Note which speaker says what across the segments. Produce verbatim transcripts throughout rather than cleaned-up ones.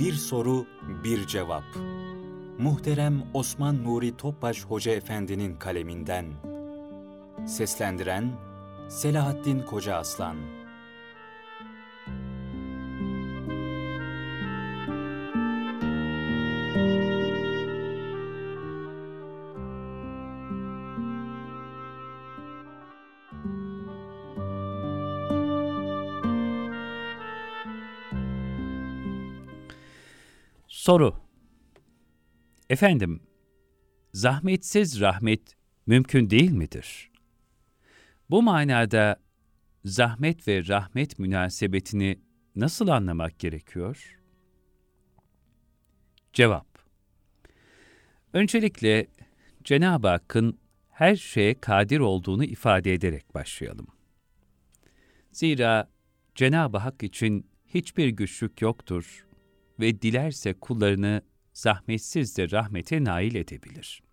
Speaker 1: Bir soru, bir cevap. Muhterem Osman Nuri Topbaş Hoca Efendi'nin kaleminden. Seslendiren Selahattin Kocaaslan.
Speaker 2: Soru. Efendim, zahmetsiz rahmet mümkün değil midir? Bu manada zahmet ve rahmet münasebetini nasıl anlamak gerekiyor? Cevap. Öncelikle Cenab-ı Hakk'ın her şeye kadir olduğunu ifade ederek başlayalım. Zira Cenab-ı Hak için hiçbir güçlük yoktur ve dilerse kullarını zahmetsiz de rahmete nail edebilir.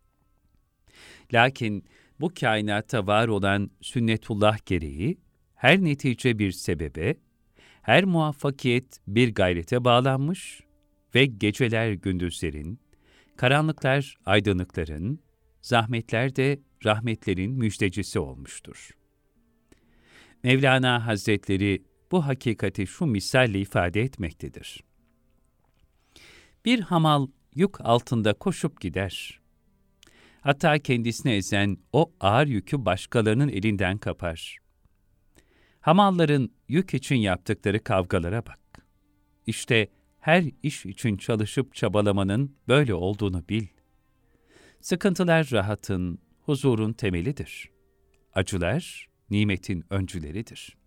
Speaker 2: Lakin bu kainatta var olan sünnetullah gereği her netice bir sebebe, her muvaffakiyet bir gayrete bağlanmış ve geceler gündüzlerin, karanlıklar aydınlıkların, zahmetler de rahmetlerin müjdecisi olmuştur. Mevlana Hazretleri bu hakikati şu misalle ifade etmektedir. Bir hamal yük altında koşup gider. Hatta kendisine ezen o ağır yükü başkalarının elinden kapar. Hamalların yük için yaptıkları kavgalara bak. İşte her iş için çalışıp çabalamanın böyle olduğunu bil. Sıkıntılar rahatın, huzurun temelidir. Acılar nimetin öncüleridir.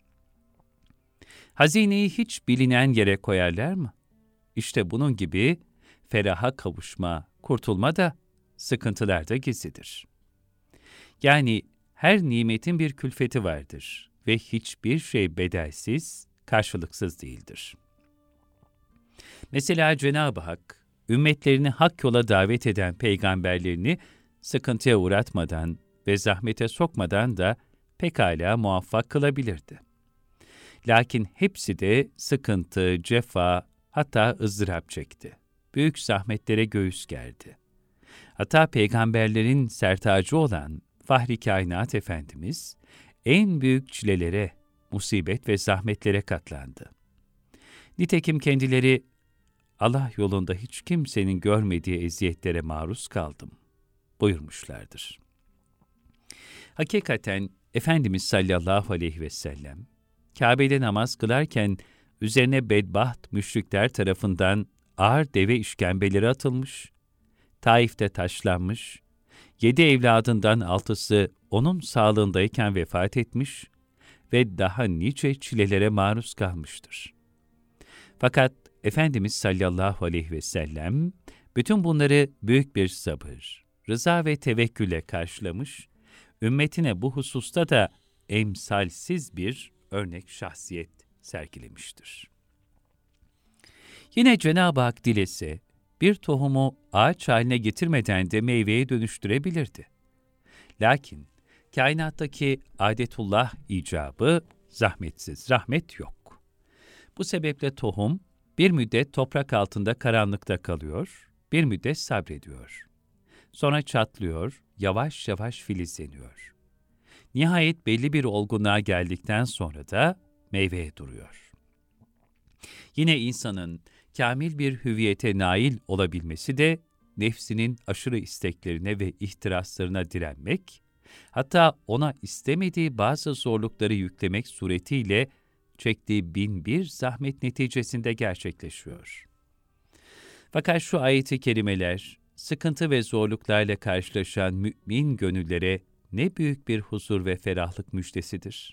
Speaker 2: Hazineyi hiç bilinen yere koyarlar mı? İşte bunun gibi feraha kavuşma, kurtulma da sıkıntılarda gizlidir. Yani her nimetin bir külfeti vardır ve hiçbir şey bedelsiz, karşılıksız değildir. Mesela Cenab-ı Hak, ümmetlerini hak yola davet eden peygamberlerini sıkıntıya uğratmadan ve zahmete sokmadan da pekala muvaffak kılabilirdi. Lakin hepsi de sıkıntı, cefa, hatta ızdırap çekti. Büyük zahmetlere göğüs gerdi. Hatta peygamberlerin sertacı olan Fahri Kainat Efendimiz, en büyük çilelere, musibet ve zahmetlere katlandı. Nitekim kendileri, Allah yolunda hiç kimsenin görmediği eziyetlere maruz kaldım buyurmuşlardır. Hakikaten Efendimiz sallallahu aleyhi ve sellem, Kabe'de namaz kılarken üzerine bedbaht müşrikler tarafından ağır deve işkembeleri atılmış, Taif'te taşlanmış, yedi evladından altısı onun sağlığındayken vefat etmiş ve daha nice çilelere maruz kalmıştır. Fakat Efendimiz sallallahu aleyhi ve sellem, bütün bunları büyük bir sabır, rıza ve tevekkülle karşılamış, ümmetine bu hususta da emsalsiz bir örnek şahsiyet sergilemiştir. Yine Cenab-ı Hak dilese, bir tohumu ağaç haline getirmeden de meyveye dönüştürebilirdi. Lakin kainattaki adetullah icabı zahmetsiz, rahmet yok. Bu sebeple tohum bir müddet toprak altında karanlıkta kalıyor, bir müddet sabrediyor. Sonra çatlıyor, yavaş yavaş filizleniyor. Nihayet belli bir olgunluğa geldikten sonra da meyveye duruyor. Yine insanın kamil bir hüviyete nail olabilmesi de nefsinin aşırı isteklerine ve ihtiraslarına direnmek, hatta ona istemediği bazı zorlukları yüklemek suretiyle çektiği bin bir zahmet neticesinde gerçekleşiyor. Fakat şu ayet-i kerimeler, sıkıntı ve zorluklarla karşılaşan mümin gönüllere ne büyük bir huzur ve ferahlık müjdesidir.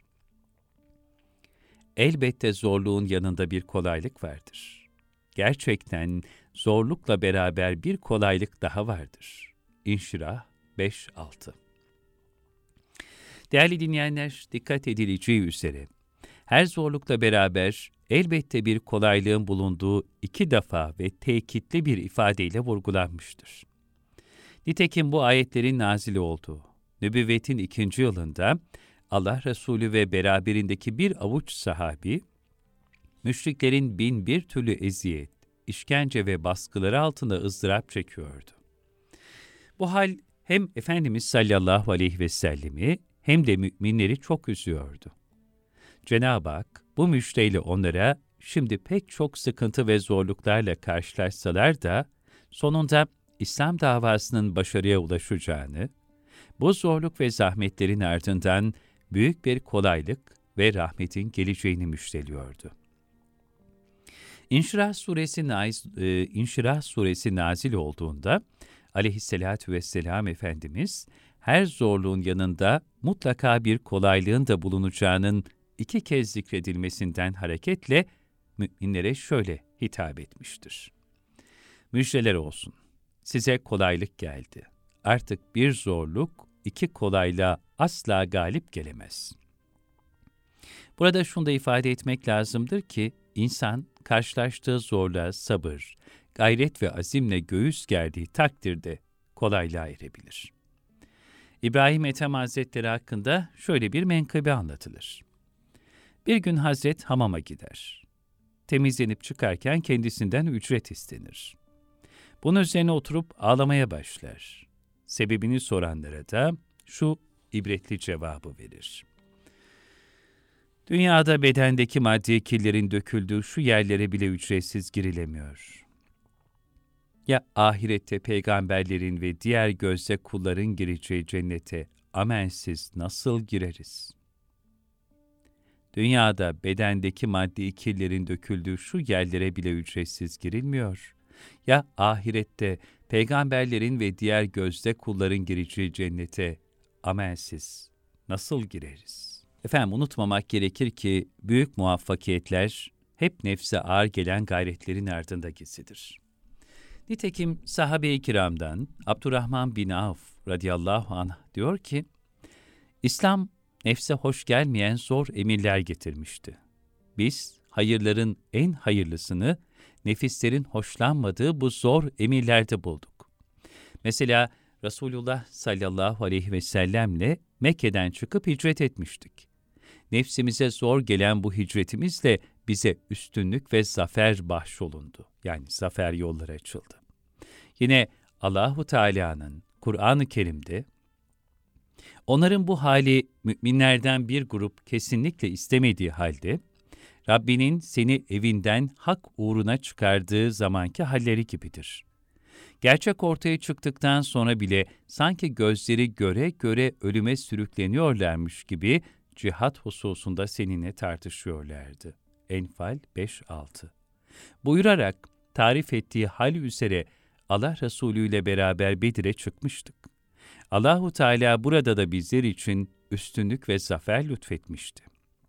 Speaker 2: Elbette zorluğun yanında bir kolaylık vardır. Gerçekten zorlukla beraber bir kolaylık daha vardır. İnşirah beş altı. Değerli dinleyenler, dikkat edileceği üzere, her zorlukla beraber elbette bir kolaylığın bulunduğu iki defa ve tekitli bir ifadeyle vurgulanmıştır. Nitekim bu ayetlerin nazili olduğu, nübüvvetin ikinci yılında Allah Resulü ve beraberindeki bir avuç sahabi, müşriklerin bin bir türlü eziyet, işkence ve baskıları altında ızdırap çekiyordu. Bu hal hem Efendimiz sallallahu aleyhi ve sellemi hem de müminleri çok üzüyordu. Cenab-ı Hak bu müjdeyle onlara şimdi pek çok sıkıntı ve zorluklarla karşılaşsalar da sonunda İslam davasının başarıya ulaşacağını, bu zorluk ve zahmetlerin ardından büyük bir kolaylık ve rahmetin geleceğini müjdeliyordu. İnşirah suresi, naiz, e, İnşirah suresi nazil olduğunda aleyhissalâtu vesselâm Efendimiz her zorluğun yanında mutlaka bir kolaylığın da bulunacağının iki kez zikredilmesinden hareketle müminlere şöyle hitap etmiştir. Müjdeler olsun, size kolaylık geldi. Artık bir zorluk iki kolaylığa asla galip gelemez. Burada şunu da ifade etmek lazımdır ki, insan karşılaştığı zorluğa sabır, gayret ve azimle göğüs gerdiği takdirde kolaylığa erebilir. İbrahim Ethem Hazretleri hakkında şöyle bir menkıbe anlatılır. Bir gün Hazret hamama gider. Temizlenip çıkarken kendisinden ücret istenir. Bunun üzerine oturup ağlamaya başlar. Sebebini soranlara da şu ibretli cevabı verir. Dünyada bedendeki maddi kirlerin döküldüğü şu yerlere bile ücretsiz girilemiyor. Ya ahirette peygamberlerin ve diğer gözde kulların gireceği cennete amensiz nasıl gireriz? Dünyada bedendeki maddi kirlerin döküldüğü şu yerlere bile ücretsiz girilmiyor. Ya ahirette peygamberlerin ve diğer gözde kulların gireceği cennete amensiz nasıl gireriz? Efendim unutmamak gerekir ki büyük muvaffakiyetler hep nefse ağır gelen gayretlerin ardında gizlidir. Nitekim sahabe-i kiramdan Abdurrahman bin Avf radıyallahu anh diyor ki, İslam nefse hoş gelmeyen zor emirler getirmişti. Biz hayırların en hayırlısını nefislerin hoşlanmadığı bu zor emirlerde bulduk. Mesela Resulullah sallallahu aleyhi ve sellemle Mekke'den çıkıp hicret etmiştik. Nefsimize zor gelen bu hicretimizle bize üstünlük ve zafer bahşolundu. Yani zafer yolları açıldı. Yine Allahu Teala'nın Kur'an-ı Kerim'de onların bu hali müminlerden bir grup kesinlikle istemediği halde Rabbinin seni evinden hak uğruna çıkardığı zamanki halleri gibidir. Gerçek ortaya çıktıktan sonra bile sanki gözleri göre göre ölüme sürükleniyorlarmış gibi cihat hususunda seninle tartışıyorlardı. Enfal beş altı. Buyurarak tarif ettiği hal üzere Allah Resulü ile beraber Bedir'e çıkmıştık. Allahu Teala burada da bizler için üstünlük ve zafer lütfetmişti.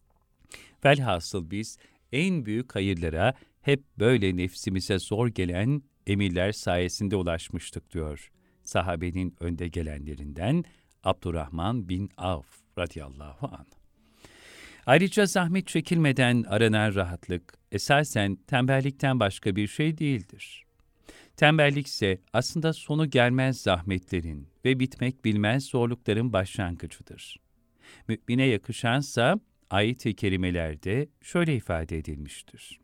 Speaker 2: Velhasıl biz en büyük hayırlara hep böyle nefsimize zor gelen emirler sayesinde ulaşmıştık diyor sahabenin önde gelenlerinden Abdurrahman bin Avf radıyallahu anh. Ayrıca zahmet çekilmeden aranan rahatlık esasen tembellikten başka bir şey değildir. Tembellik ise aslında sonu gelmez zahmetlerin ve bitmek bilmez zorlukların başlangıcıdır. Mümine yakışansa ayet-i kerimelerde şöyle ifade edilmiştir.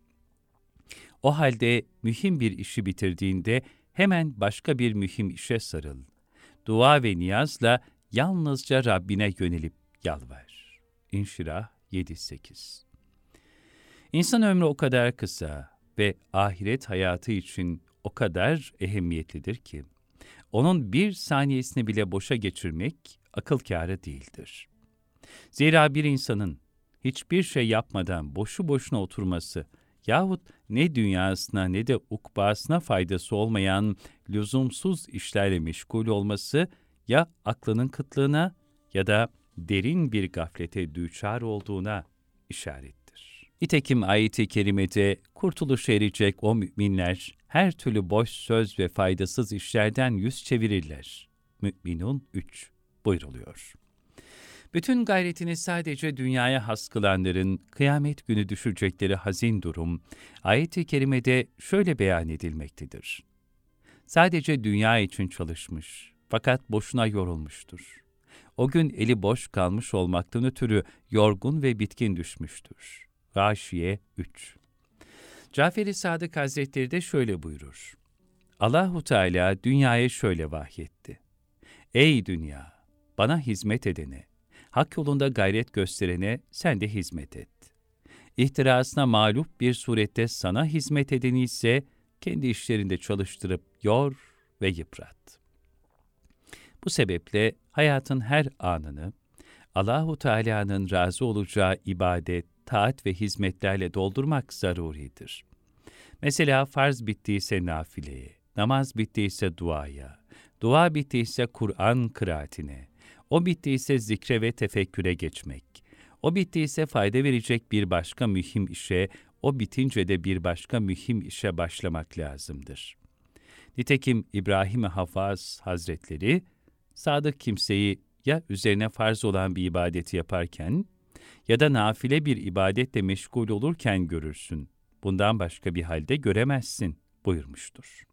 Speaker 2: O halde mühim bir işi bitirdiğinde hemen başka bir mühim işe sarıl. Dua ve niyazla yalnızca Rabbine yönelip yalvar. İnşirah yedi sekiz. İnsan ömrü o kadar kısa ve ahiret hayatı için o kadar ehemmiyetlidir ki, onun bir saniyesini bile boşa geçirmek akıl kârı değildir. Zira bir insanın hiçbir şey yapmadan boşu boşuna oturması yahut ne dünyasına ne de ukbasına faydası olmayan lüzumsuz işlerle meşgul olması ya aklının kıtlığına ya da derin bir gaflete düçar olduğuna işarettir. Nitekim ayet-i kerimede kurtuluşa erecek o müminler her türlü boş söz ve faydasız işlerden yüz çevirirler. Mü'minun üç buyruluyor. Bütün gayretini sadece dünyaya has kılanların kıyamet günü düşecekleri hazin durum, ayet-i kerimede şöyle beyan edilmektedir. Sadece dünya için çalışmış, fakat boşuna yorulmuştur. O gün eli boş kalmış olmaktan ötürü yorgun ve bitkin düşmüştür. Gâşiye üç. Cafer-i Sadık Hazretleri de şöyle buyurur. Allahu Teala dünyaya şöyle vahyetti. Ey dünya! Bana hizmet edene, hak yolunda gayret gösterene sen de hizmet et. İhtirasına mağlup bir surette sana hizmet edeni ise kendi işlerinde çalıştırıp yor ve yıprat. Bu sebeple hayatın her anını Allahu Teala'nın razı olacağı ibadet, taat ve hizmetlerle doldurmak zaruridir. Mesela farz bittiyse nafileye, namaz bittiyse duaya, dua bittiyse Kur'an kıraatine, o bittiyse zikre ve tefekküre geçmek, o bittiyse fayda verecek bir başka mühim işe, o bitince de bir başka mühim işe başlamak lazımdır. Nitekim İbrahim-i Hafaz Hazretleri, sadık kimseyi ya üzerine farz olan bir ibadeti yaparken ya da nafile bir ibadetle meşgul olurken görürsün. Bundan başka bir halde göremezsin buyurmuştur.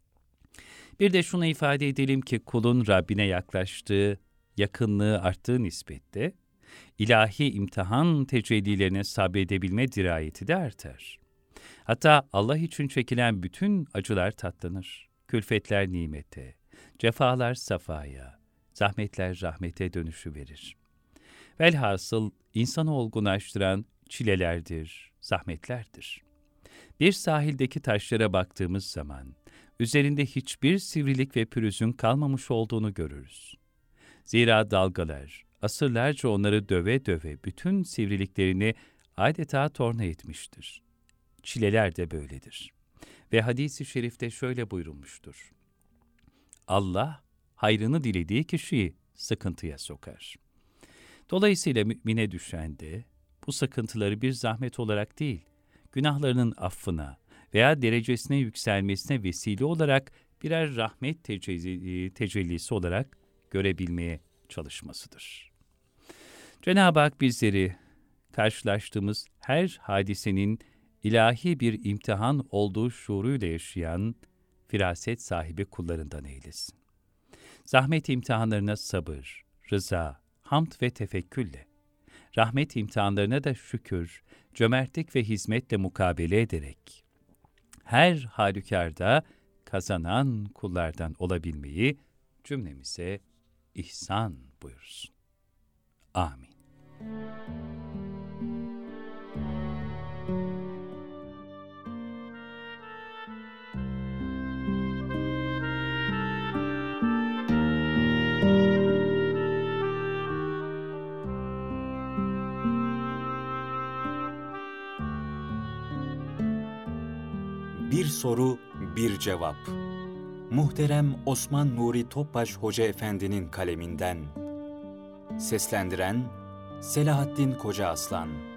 Speaker 2: Bir de şunu ifade edelim ki kulun Rabbine yaklaştığı, yakınlığı arttığı nispette, ilahi imtihan tecellilerine sabredebilme dirayeti de artar. Hatta Allah için çekilen bütün acılar tatlanır, külfetler nimete, cefalar safaya, zahmetler rahmete dönüşüverir. Velhasıl insanı olgunlaştıran çilelerdir, zahmetlerdir. Bir sahildeki taşlara baktığımız zaman, üzerinde hiçbir sivrilik ve pürüzün kalmamış olduğunu görürüz. Zira dalgalar, asırlarca onları döve döve bütün sivriliklerini adeta torna etmiştir. Çileler de böyledir. Ve hadis-i şerifte şöyle buyurulmuştur. Allah, hayrını dilediği kişiyi sıkıntıya sokar. Dolayısıyla mümine düşen de bu sıkıntıları bir zahmet olarak değil, günahlarının affına veya derecesine yükselmesine vesile olarak birer rahmet tecelli, tecellisi olarak görebilmeye çalışmasıdır. Cenab-ı Hak bizleri karşılaştığımız her hadisenin ilahi bir imtihan olduğu şuuruyla yaşayan firaset sahibi kullarından eylesin. Zahmet imtihanlarına sabır, rıza, hamd ve tefekkülle, rahmet imtihanlarına da şükür, cömertlik ve hizmetle mukabele ederek, her halükarda kazanan kullardan olabilmeyi cümlemize ihsan buyursun. Amin.
Speaker 1: Bir soru, bir cevap. Muhterem Osman Nuri Topbaş Hoca Efendi'nin kaleminden. Seslendiren Selahattin Kocaaslan.